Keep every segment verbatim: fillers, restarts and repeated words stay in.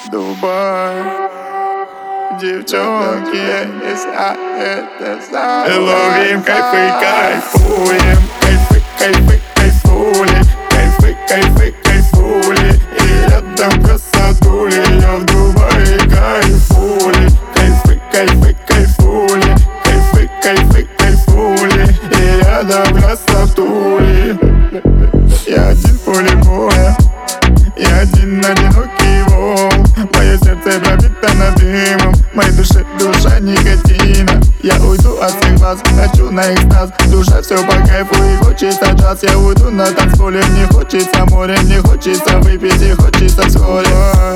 Дубай. Девчонки, если я это знаю. Ловим кайфы, кайфуем. Кайфы, кайфы, кайфули. Кайфы, кайфы, кайфули. И рядом красотули. Я в Дубае кайфули. Кайфы, кайфы, кайфули. Кайфы, кайфы, кайфули. И рядом красотули. Я один в поле боя. Я один одинокий волк. Мое сердце пропитано дымом. В моей душе душа никотина. Я уйду от всех вас, хочу на экстаз. Душа все по кайфу и хочется джаз. Я уйду на танцполе, мне хочется море. Мне хочется выпить и хочется вскоре.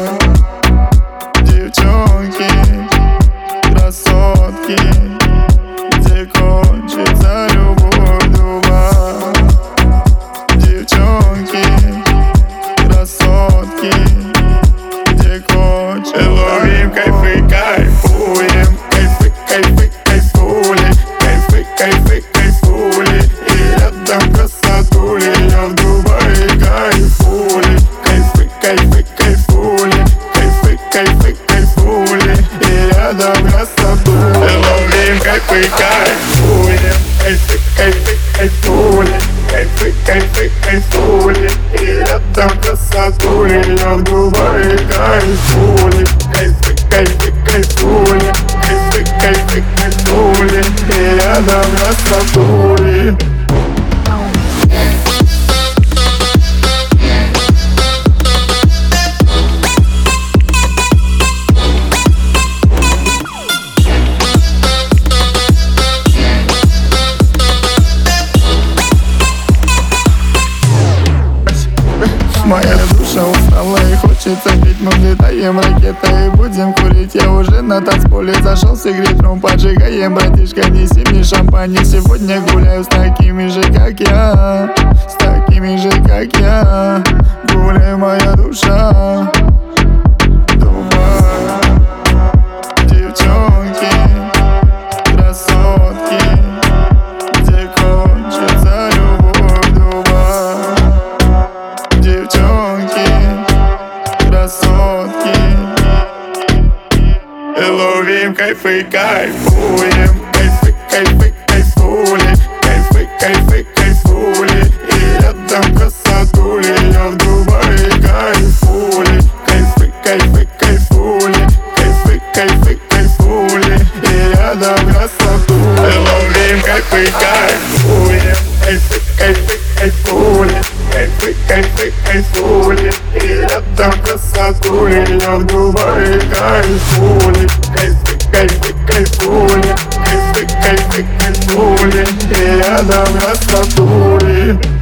Девчонки, красотки, где кончится любовь, Дубай. Девчонки, красотки, где кончится. Ловим кайфы, кайфуем. Кайфы, кайфы, кайфули. Кайфы, кайфы, кайфули. И рядом красотули. Я в Дубае кайфули. Кайфы, кайфы, кайфули. Кайфы, кайфы, кайфули. И рядом красотули. Ловим кайфы, кайфуем. Кайфы, кайфы, кайфули. Кайфы, кайфы, кайфули. И рядом красотули. Я в Дубае кайфули. Кайфы, кайфы, кайфули. Кайфы, кайфы, кайфули. И рядом красотули. Моя душа устала и хочется пить. Мы взлетаем ракетой и будем курить. Я уже на танцполе зашел сигаретом. Поджигаем, братишка, неси мне шампань. И сегодня гуляю с такими же, как я. С такими же, как я. Гуляй, моя душа. Дубай. Девчонки, красотки, где кончится любовь, Дубай. Девчонки, красотки, ловим кайфы, кайфуем. Кайфы, кайфы, кайфули. Кайфы, кайфы, кайфули. И рядом красотули. Я в Дубае кайфули. Кайфы, кайфы, кайфули. Кайфы, кайфы, кайфули. И рядом красотули. Ловим кайфы, кайфуем. Кайфы, кайфы, кайфули. Кайфы, кайфы, кайфули. И рядом красотули. Я в Дубае кайфули. Кайфы, кайфы, кайфули. Кайфы, кайфы, кайфули. И рядом красотули.